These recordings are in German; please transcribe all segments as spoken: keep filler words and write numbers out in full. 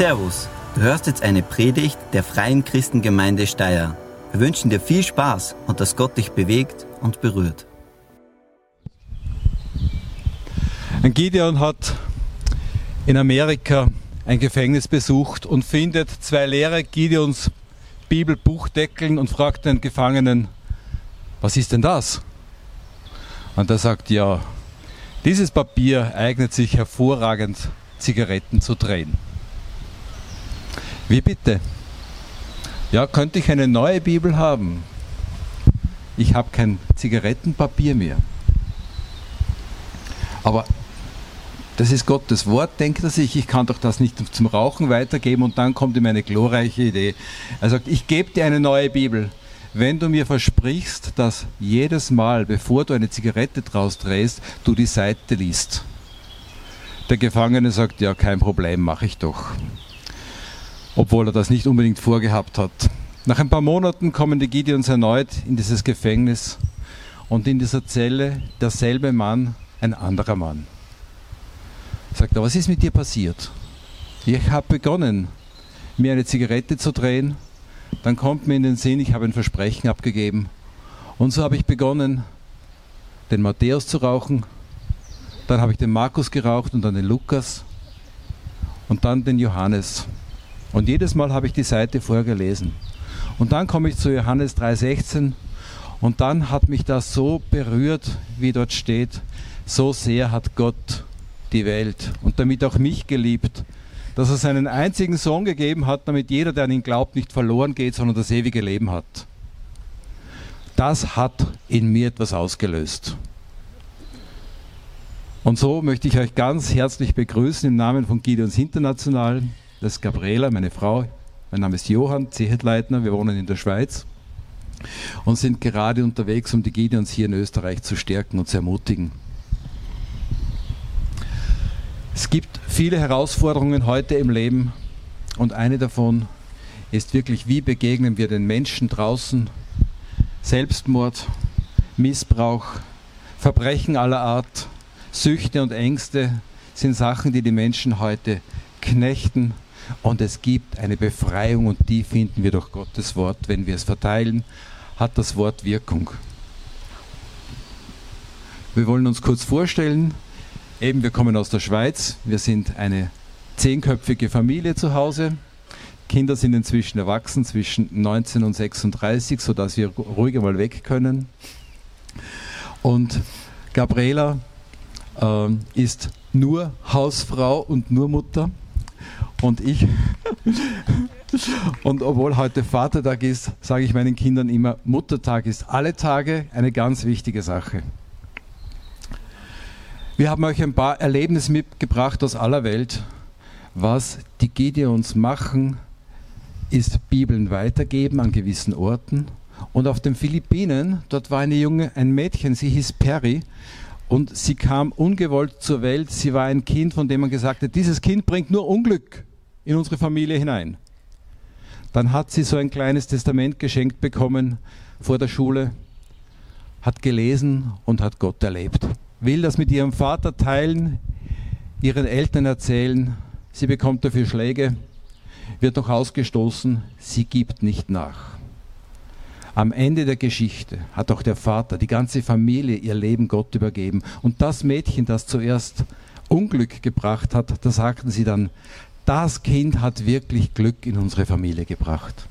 Servus, du hörst jetzt eine Predigt der Freien Christengemeinde Steyr. Wir wünschen dir viel Spaß und dass Gott dich bewegt und berührt. Ein Gideon hat in Amerika ein Gefängnis besucht und findet zwei leere Gideons Bibelbuchdeckeln und fragt den Gefangenen, was ist denn das? Und er sagt, ja, dieses Papier eignet sich hervorragend, Zigaretten zu drehen. Wie bitte? Ja, könnte ich eine neue Bibel haben? Ich habe kein Zigarettenpapier mehr. Aber das ist Gottes Wort, denkt er sich, ich kann doch das nicht zum Rauchen weitergeben. Und dann kommt ihm eine glorreiche Idee. Er sagt, ich gebe dir eine neue Bibel, wenn du mir versprichst, dass jedes Mal, bevor du eine Zigarette draus drehst, du die Seite liest. Der Gefangene sagt, ja, kein Problem, mache ich doch. Obwohl er das nicht unbedingt vorgehabt hat. Nach ein paar Monaten kommen die Gideons erneut in dieses Gefängnis und in dieser Zelle derselbe Mann, ein anderer Mann. Sagt er, was ist mit dir passiert? Ich habe begonnen, mir eine Zigarette zu drehen. Dann kommt mir in den Sinn, ich habe ein Versprechen abgegeben. Und so habe ich begonnen, den Matthäus zu rauchen. Dann habe ich den Markus geraucht und dann den Lukas und dann den Johannes. Und jedes Mal habe ich die Seite vorher gelesen. Und dann komme ich zu Johannes drei sechzehn und dann hat mich das so berührt, wie dort steht, so sehr hat Gott die Welt und damit auch mich geliebt, dass er seinen einzigen Sohn gegeben hat, damit jeder, der an ihn glaubt, nicht verloren geht, sondern das ewige Leben hat. Das hat in mir etwas ausgelöst. Und so möchte ich euch ganz herzlich begrüßen im Namen von Gideons International. Das ist Gabriela, meine Frau. Mein Name ist Johann Zehetleitner. Wir wohnen in der Schweiz und sind gerade unterwegs, um die Gideons hier in Österreich zu stärken und zu ermutigen. Es gibt viele Herausforderungen heute im Leben und eine davon ist wirklich, wie begegnen wir den Menschen draußen? Selbstmord, Missbrauch, Verbrechen aller Art, Süchte und Ängste sind Sachen, die die Menschen heute knechten und es gibt eine Befreiung und die finden wir durch Gottes Wort. Wenn wir es verteilen, hat das Wort Wirkung. Wir wollen uns kurz vorstellen. Eben, wir kommen aus der Schweiz, wir sind eine zehnköpfige Familie zu Hause. Kinder sind inzwischen erwachsen, zwischen neunzehn und sechsunddreißig, sodass wir ruhig mal weg können. Und Gabriela äh, ist nur Hausfrau und nur Mutter. Und ich, und obwohl heute Vatertag ist, sage ich meinen Kindern immer, Muttertag ist alle Tage eine ganz wichtige Sache. Wir haben euch ein paar Erlebnisse mitgebracht aus aller Welt. Was die Gideons machen, ist Bibeln weitergeben an gewissen Orten. Und auf den Philippinen, dort war eine junge, ein Mädchen, sie hieß Perry und sie kam ungewollt zur Welt. Sie war ein Kind, von dem man gesagt hat, dieses Kind bringt nur Unglück in unsere Familie hinein. Dann hat sie so ein kleines Testament geschenkt bekommen vor der Schule, hat gelesen und hat Gott erlebt. Will das mit ihrem Vater teilen, ihren Eltern erzählen, sie bekommt dafür Schläge, wird noch ausgestoßen, sie gibt nicht nach. Am Ende der Geschichte hat auch der Vater, die ganze Familie ihr Leben Gott übergeben. Und das Mädchen, das zuerst Unglück gebracht hat, da sagten sie dann, das Kind hat wirklich Glück in unsere Familie gebracht.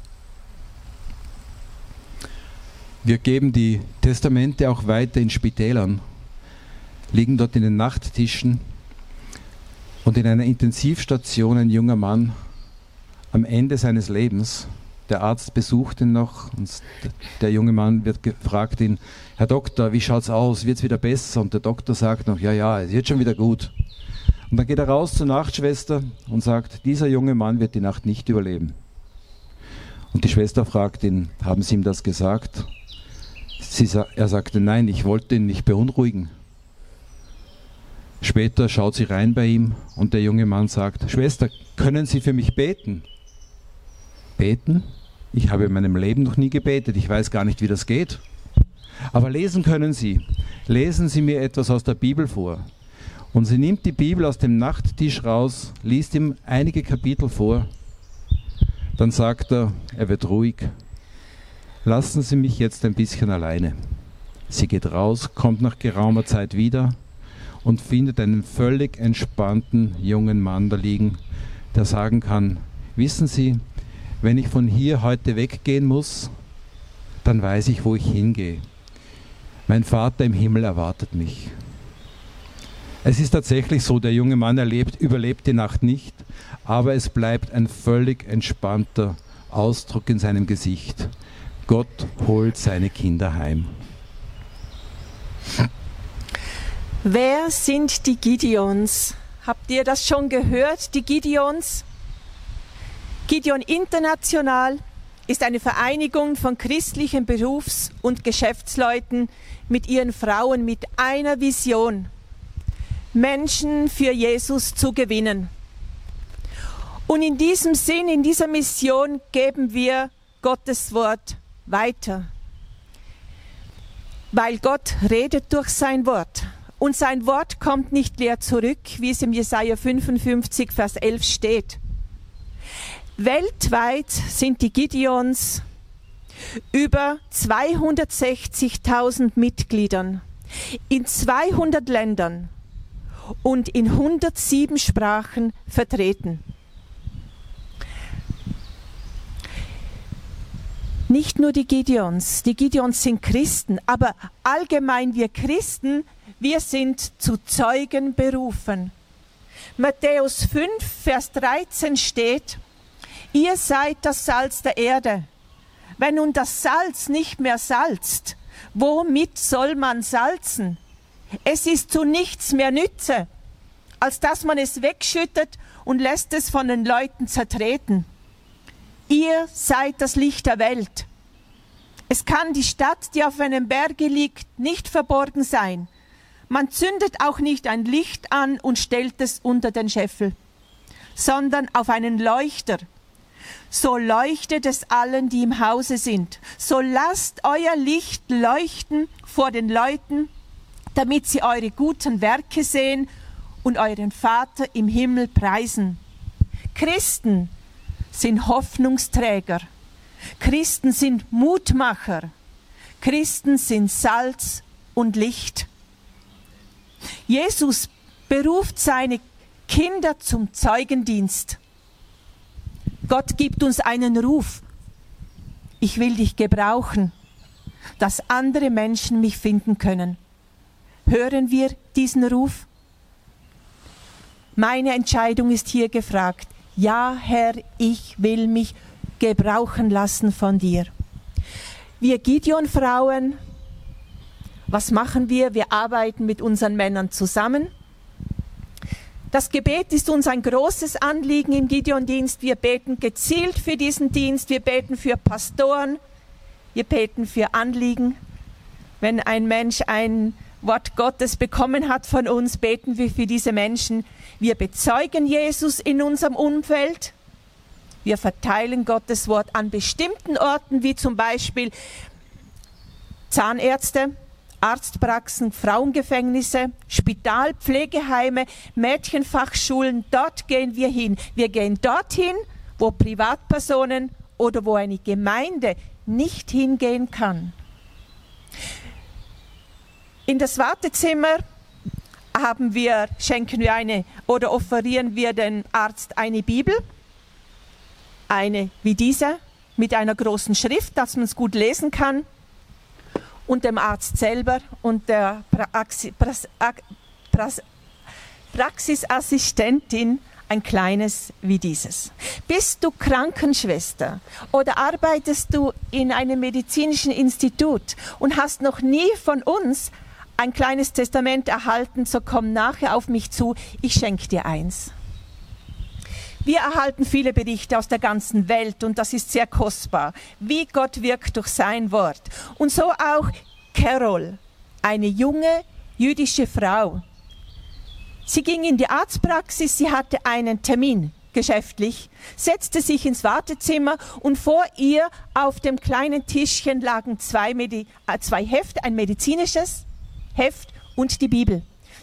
Wir geben die Testamente auch weiter in Spitälern, liegen dort in den Nachttischen und in einer Intensivstation ein junger Mann am Ende seines Lebens. Der Arzt besucht ihn noch und der junge Mann wird gefragt ihn, Herr Doktor, wie schaut's aus? Wird's wieder besser? Und der Doktor sagt noch, ja, ja, es wird schon wieder gut. Und dann geht er raus zur Nachtschwester und sagt, dieser junge Mann wird die Nacht nicht überleben. Und die Schwester fragt ihn, haben Sie ihm das gesagt? Sie, er sagte, nein, ich wollte ihn nicht beunruhigen. Später schaut sie rein bei ihm und der junge Mann sagt, Schwester, können Sie für mich beten? Beten? Ich habe in meinem Leben noch nie gebetet, ich weiß gar nicht, wie das geht. Aber lesen können Sie. Lesen Sie mir etwas aus der Bibel vor. Und sie nimmt die Bibel aus dem Nachttisch raus, liest ihm einige Kapitel vor. Dann sagt er, er wird ruhig. Lassen Sie mich jetzt ein bisschen alleine. Sie geht raus, kommt nach geraumer Zeit wieder und findet einen völlig entspannten jungen Mann da liegen, der sagen kann, wissen Sie, wenn ich von hier heute weggehen muss, dann weiß ich, wo ich hingehe. Mein Vater im Himmel erwartet mich. Es ist tatsächlich so, der junge Mann erlebt, überlebt die Nacht nicht, aber es bleibt ein völlig entspannter Ausdruck in seinem Gesicht. Gott holt seine Kinder heim. Wer sind die Gideons? Habt ihr das schon gehört, die Gideons? Gideon International ist eine Vereinigung von christlichen Berufs- und Geschäftsleuten mit ihren Frauen mit einer Vision: Menschen für Jesus zu gewinnen. Und in diesem Sinn, in dieser Mission geben wir Gottes Wort weiter. Weil Gott redet durch sein Wort. Und sein Wort kommt nicht leer zurück, wie es im Jesaja fünfundfünfzig, Vers elf steht. Weltweit sind die Gideons über zweihundertsechzigtausend Mitgliedern in zweihundert Ländern und in hundertsieben Sprachen vertreten. Nicht nur die Gideons, die Gideons sind Christen, aber allgemein wir Christen, wir sind zu Zeugen berufen. Matthäus fünf, Vers dreizehn steht, ihr seid das Salz der Erde. Wenn nun das Salz nicht mehr salzt, womit soll man salzen? Es ist zu nichts mehr nütze, als dass man es wegschüttet und lässt es von den Leuten zertreten. Ihr seid das Licht der Welt. Es kann die Stadt, die auf einem Berge liegt, nicht verborgen sein. Man zündet auch nicht ein Licht an und stellt es unter den Scheffel, sondern auf einen Leuchter. So leuchtet es allen, die im Hause sind. So lasst euer Licht leuchten vor den Leuten, damit sie eure guten Werke sehen und euren Vater im Himmel preisen. Christen sind Hoffnungsträger. Christen sind Mutmacher. Christen sind Salz und Licht. Jesus beruft seine Kinder zum Zeugendienst. Gott gibt uns einen Ruf. Ich will dich gebrauchen, dass andere Menschen mich finden können. Hören wir diesen Ruf? Meine Entscheidung ist hier gefragt. Ja, Herr, ich will mich gebrauchen lassen von dir. Wir Gideon-Frauen, was machen wir? Wir arbeiten mit unseren Männern zusammen. Das Gebet ist uns ein großes Anliegen im Gideon-Dienst. Wir beten gezielt für diesen Dienst. Wir beten für Pastoren. Wir beten für Anliegen. Wenn ein Mensch ein Wort Gottes bekommen hat von uns, beten wir für diese Menschen. Wir bezeugen Jesus in unserem Umfeld. Wir verteilen Gottes Wort an bestimmten Orten, wie zum Beispiel Zahnärzte, Arztpraxen, Frauengefängnisse, Spital, Pflegeheime, Mädchenfachschulen. Dort gehen wir hin. Wir gehen dorthin, wo Privatpersonen oder wo eine Gemeinde nicht hingehen kann. In das Wartezimmer haben wir, schenken wir eine oder offerieren wir dem Arzt eine Bibel, eine wie diese, mit einer großen Schrift, dass man es gut lesen kann, und dem Arzt selber und der Praxi, Prax, Prax, Praxisassistentin ein kleines wie dieses. Bist du Krankenschwester oder arbeitest du in einem medizinischen Institut und hast noch nie von uns ein kleines Testament erhalten, so komm nachher auf mich zu, ich schenke dir eins. Wir erhalten viele Berichte aus der ganzen Welt und das ist sehr kostbar, wie Gott wirkt durch sein Wort. Und so auch Carol, eine junge jüdische Frau. Sie ging in die Arztpraxis, sie hatte einen Termin geschäftlich, setzte sich ins Wartezimmer und vor ihr auf dem kleinen Tischchen lagen zwei, Medi- äh, zwei Hefte, ein medizinisches Heft und die Bibel.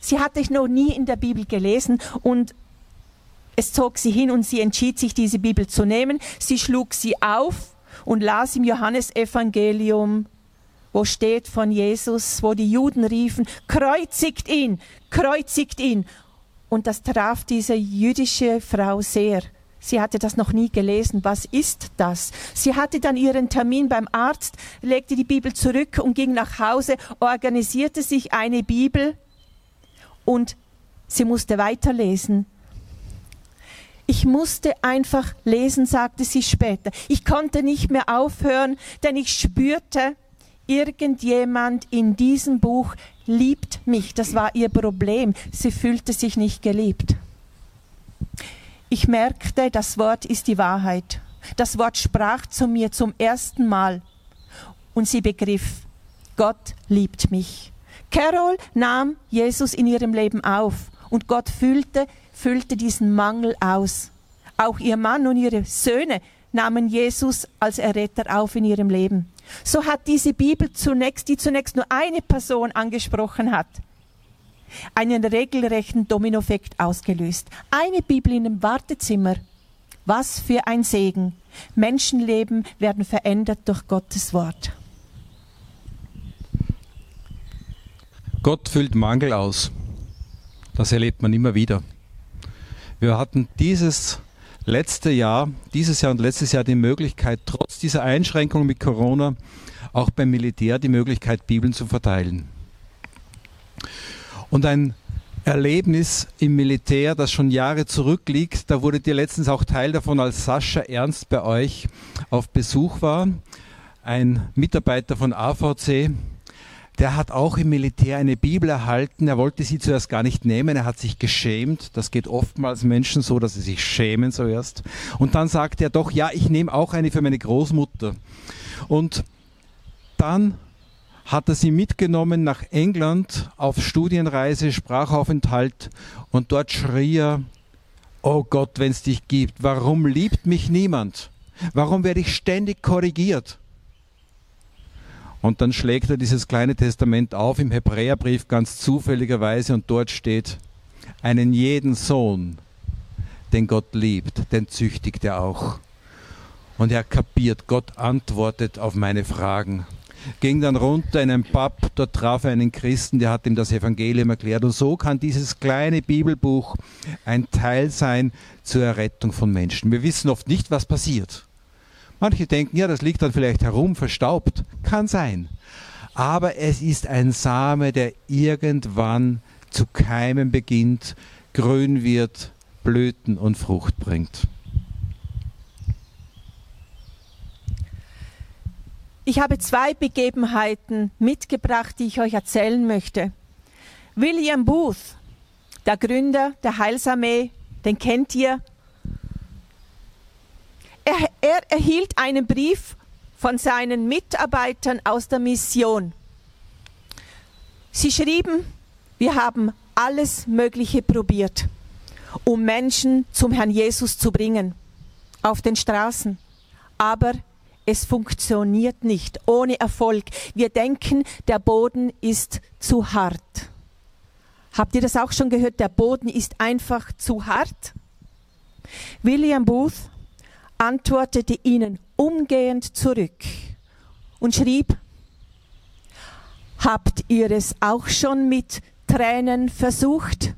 Sie hatte noch nie in der Bibel gelesen und es zog sie hin und sie entschied sich, diese Bibel zu nehmen. Sie schlug sie auf und las im Johannesevangelium, wo steht von Jesus, wo die Juden riefen, kreuzigt ihn, kreuzigt ihn. Und das traf diese jüdische Frau sehr. Sie hatte das noch nie gelesen. Was ist das? Sie hatte dann ihren Termin beim Arzt, legte die Bibel zurück und ging nach Hause, organisierte sich eine Bibel und sie musste weiterlesen. Ich musste einfach lesen, sagte sie später. Ich konnte nicht mehr aufhören, denn ich spürte, irgendjemand in diesem Buch liebt mich. Das war ihr Problem. Sie fühlte sich nicht geliebt. Ich merkte, das Wort ist die Wahrheit. Das Wort sprach zu mir zum ersten Mal. Und sie begriff, Gott liebt mich. Carol nahm Jesus in ihrem Leben auf. Und Gott füllte, füllte diesen Mangel aus. Auch ihr Mann und ihre Söhne nahmen Jesus als Erretter auf in ihrem Leben. So hat diese Bibel zunächst, die zunächst nur eine Person angesprochen hat, einen regelrechten Dominoeffekt ausgelöst. Eine Bibel in einem Wartezimmer. Was für ein Segen. Menschenleben werden verändert durch Gottes Wort. Gott füllt Mangel aus. Das erlebt man immer wieder. Wir hatten dieses letzte Jahr, dieses Jahr und letztes Jahr die Möglichkeit, trotz dieser Einschränkung mit Corona, auch beim Militär die Möglichkeit, Bibeln zu verteilen. Und ein Erlebnis im Militär, das schon Jahre zurückliegt, da wurde dir letztens auch Teil davon, als Sascha Ernst bei euch auf Besuch war, ein Mitarbeiter von A V C. Der hat auch im Militär eine Bibel erhalten. Er wollte sie zuerst gar nicht nehmen. Er hat sich geschämt. Das geht oftmals Menschen so, dass sie sich schämen zuerst. Und dann sagte er doch, ja, ich nehme auch eine für meine Großmutter. Und dann hat er sie mitgenommen nach England auf Studienreise, Sprachaufenthalt. Und dort schrie er, oh Gott, wenn es dich gibt, warum liebt mich niemand? Warum werde ich ständig korrigiert? Und dann schlägt er dieses kleine Testament auf im Hebräerbrief ganz zufälligerweise und dort steht, einen jeden Sohn, den Gott liebt, den züchtigt er auch. Und er kapiert, Gott antwortet auf meine Fragen. Ging dann runter in einen Pub, dort traf er einen Christen, der hat ihm das Evangelium erklärt. Und so kann dieses kleine Bibelbuch ein Teil sein zur Errettung von Menschen. Wir wissen oft nicht, was passiert. Manche denken, ja, das liegt dann vielleicht herum, verstaubt. Kann sein. Aber es ist ein Same, der irgendwann zu keimen beginnt, grün wird, Blüten und Frucht bringt. Ich habe zwei Begebenheiten mitgebracht, die ich euch erzählen möchte. William Booth, der Gründer der Heilsarmee, den kennt ihr. Er, er erhielt einen Brief von seinen Mitarbeitern aus der Mission. Sie schrieben, wir haben alles Mögliche probiert, um Menschen zum Herrn Jesus zu bringen, auf den Straßen. Aber es funktioniert nicht, ohne Erfolg. Wir denken, der Boden ist zu hart. Habt ihr das auch schon gehört? Der Boden ist einfach zu hart. William Booth antwortete ihnen umgehend zurück und schrieb, habt ihr es auch schon mit Tränen versucht?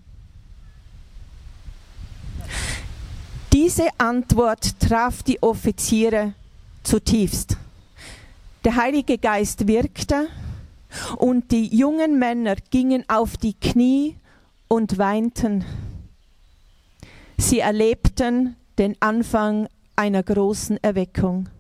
Diese Antwort traf die Offiziere zutiefst. Der Heilige Geist wirkte und die jungen Männer gingen auf die Knie und weinten. Sie erlebten den Anfang einer großen Erweckung.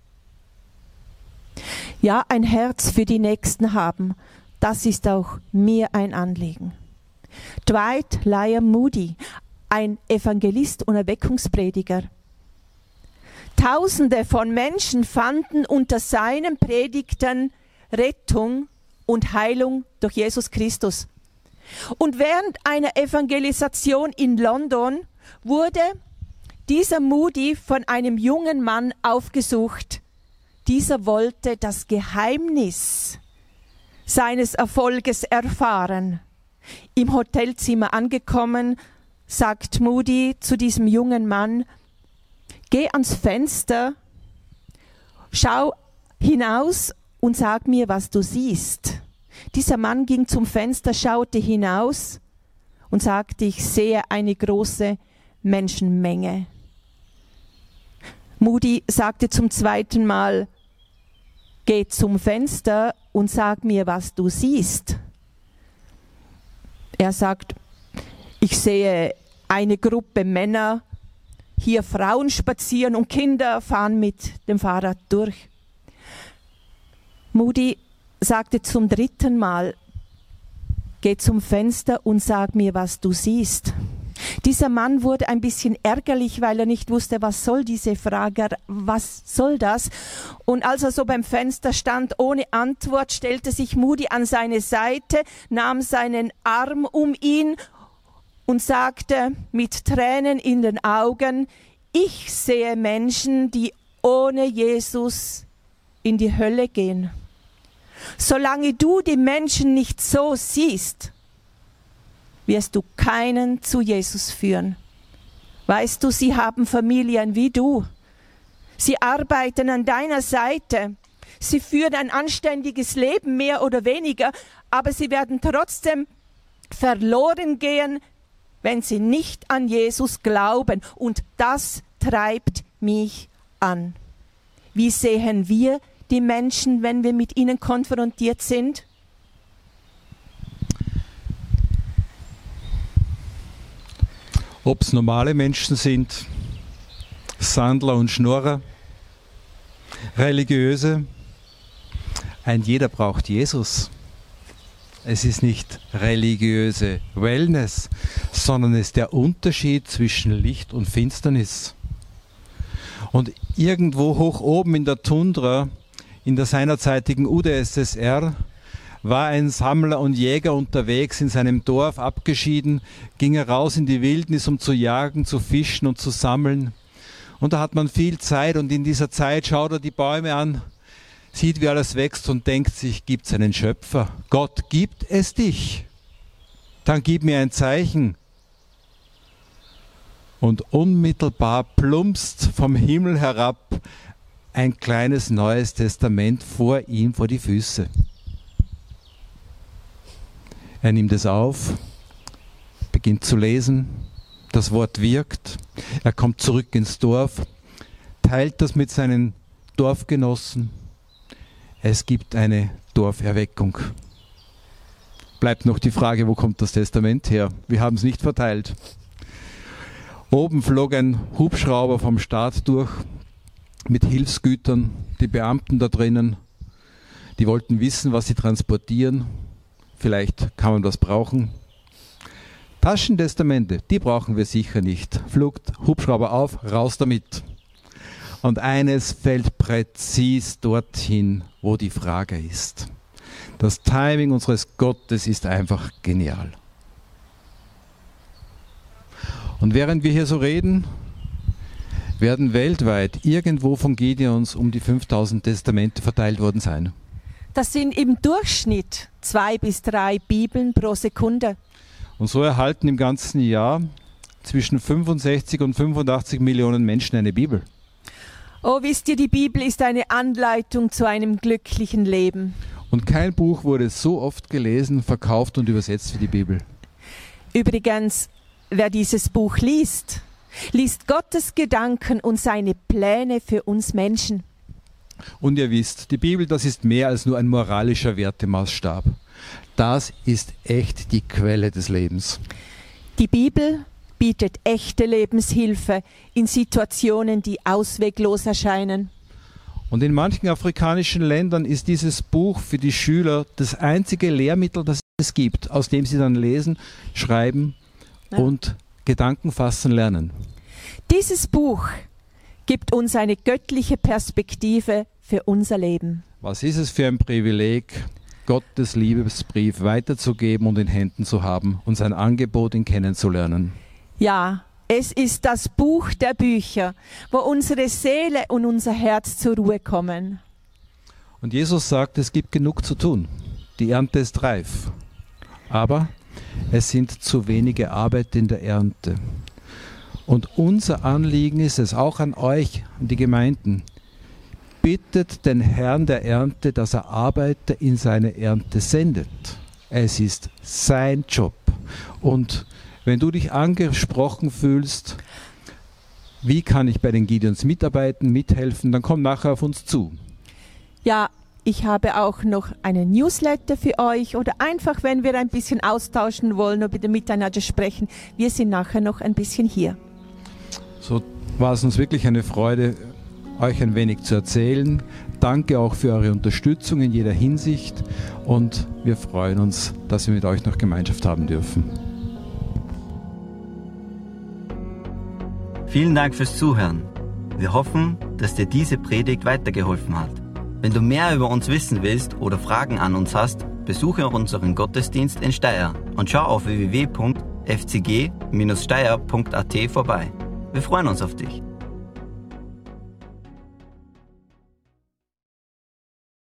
Ja, ein Herz für die Nächsten haben, das ist auch mir ein Anliegen. Dwight Lyall Moody, ein Evangelist und Erweckungsprediger. Tausende von Menschen fanden unter seinen Predigten Rettung und Heilung durch Jesus Christus. Und während einer Evangelisation in London wurde dieser Moody von einem jungen Mann aufgesucht. Dieser wollte das Geheimnis seines Erfolges erfahren. Im Hotelzimmer angekommen, sagt Moody zu diesem jungen Mann, geh ans Fenster, schau hinaus und sag mir, was du siehst. Dieser Mann ging zum Fenster, schaute hinaus und sagte, ich sehe eine große Menschenmenge. Moody sagte zum zweiten Mal, geh zum Fenster und sag mir, was du siehst. Er sagt, ich sehe eine Gruppe Männer, hier Frauen spazieren und Kinder fahren mit dem Fahrrad durch. Moody sagte zum dritten Mal, geh zum Fenster und sag mir, was du siehst. Dieser Mann wurde ein bisschen ärgerlich, weil er nicht wusste, was soll diese Frage, was soll das? Und als er so beim Fenster stand, ohne Antwort, stellte sich Moody an seine Seite, nahm seinen Arm um ihn und sagte mit Tränen in den Augen, ich sehe Menschen, die ohne Jesus in die Hölle gehen. Solange du die Menschen nicht so siehst, wirst du keinen zu Jesus führen. Weißt du, sie haben Familien wie du. Sie arbeiten an deiner Seite. Sie führen ein anständiges Leben, mehr oder weniger, aber sie werden trotzdem verloren gehen, wenn sie nicht an Jesus glauben. Und das treibt mich an. Wie sehen wir die Menschen, wenn wir mit ihnen konfrontiert sind? Ob es normale Menschen sind, Sandler und Schnorrer, Religiöse, ein jeder braucht Jesus. Es ist nicht religiöse Wellness, sondern es ist der Unterschied zwischen Licht und Finsternis. Und irgendwo hoch oben in der Tundra, in der seinerzeitigen U D S S R, war ein Sammler und Jäger unterwegs in seinem Dorf, abgeschieden, ging er raus in die Wildnis, um zu jagen, zu fischen und zu sammeln. Und da hat man viel Zeit und in dieser Zeit schaut er die Bäume an, sieht, wie alles wächst und denkt sich, gibt es einen Schöpfer? Gott, gibt es dich? Dann gib mir ein Zeichen. Und unmittelbar plumpst vom Himmel herab ein kleines Neues Testament vor ihm, vor die Füße. Er nimmt es auf, beginnt zu lesen, das Wort wirkt, er kommt zurück ins Dorf, teilt das mit seinen Dorfgenossen. Es gibt eine Dorferweckung. Bleibt noch die Frage, wo kommt das Testament her? Wir haben es nicht verteilt. Oben flog ein Hubschrauber vom Staat durch mit Hilfsgütern, die Beamten da drinnen, die wollten wissen, was sie transportieren. Vielleicht kann man das brauchen. Taschentestamente, die brauchen wir sicher nicht. Flugt Hubschrauber auf, raus damit. Und eines fällt präzis dorthin, wo die Frage ist. Das Timing unseres Gottes ist einfach genial. Und während wir hier so reden, werden weltweit irgendwo von Gideons um die fünftausend Testamente verteilt worden sein. Das sind im Durchschnitt zwei bis drei Bibeln pro Sekunde. Und so erhalten im ganzen Jahr zwischen fünfundsechzig und fünfundachtzig Millionen Menschen eine Bibel. Oh, wisst ihr, die Bibel ist eine Anleitung zu einem glücklichen Leben. Und kein Buch wurde so oft gelesen, verkauft und übersetzt wie die Bibel. Übrigens, wer dieses Buch liest, liest Gottes Gedanken und seine Pläne für uns Menschen. Und ihr wisst, die Bibel, das ist mehr als nur ein moralischer Wertemaßstab. Das ist echt die Quelle des Lebens. Die Bibel bietet echte Lebenshilfe in Situationen, die ausweglos erscheinen. Und in manchen afrikanischen Ländern ist dieses Buch für die Schüler das einzige Lehrmittel, das es gibt, aus dem sie dann lesen, schreiben ja. und Gedanken fassen lernen. Dieses Buch gibt uns eine göttliche Perspektive für unser Leben. Was ist es für ein Privileg, Gottes Liebesbrief weiterzugeben und in Händen zu haben und sein Angebot ihn kennenzulernen? Ja, es ist das Buch der Bücher, wo unsere Seele und unser Herz zur Ruhe kommen. Und Jesus sagt, es gibt genug zu tun. Die Ernte ist reif. Aber es sind zu wenige Arbeiter in der Ernte. Und unser Anliegen ist es, auch an euch, an die Gemeinden, bittet den Herrn der Ernte, dass er Arbeiter in seine Ernte sendet. Es ist sein Job. Und wenn du dich angesprochen fühlst, wie kann ich bei den Gideons mitarbeiten, mithelfen, dann komm nachher auf uns zu. Ja, ich habe auch noch einen Newsletter für euch oder einfach, wenn wir ein bisschen austauschen wollen oder miteinander sprechen, wir sind nachher noch ein bisschen hier. So war es uns wirklich eine Freude, euch ein wenig zu erzählen. Danke auch für eure Unterstützung in jeder Hinsicht und wir freuen uns, dass wir mit euch noch Gemeinschaft haben dürfen. Vielen Dank fürs Zuhören. Wir hoffen, dass dir diese Predigt weitergeholfen hat. Wenn du mehr über uns wissen willst oder Fragen an uns hast, besuche unseren Gottesdienst in Steyr und schau auf w w w punkt f c g Bindestrich steyr punkt a t vorbei. Wir freuen uns auf dich.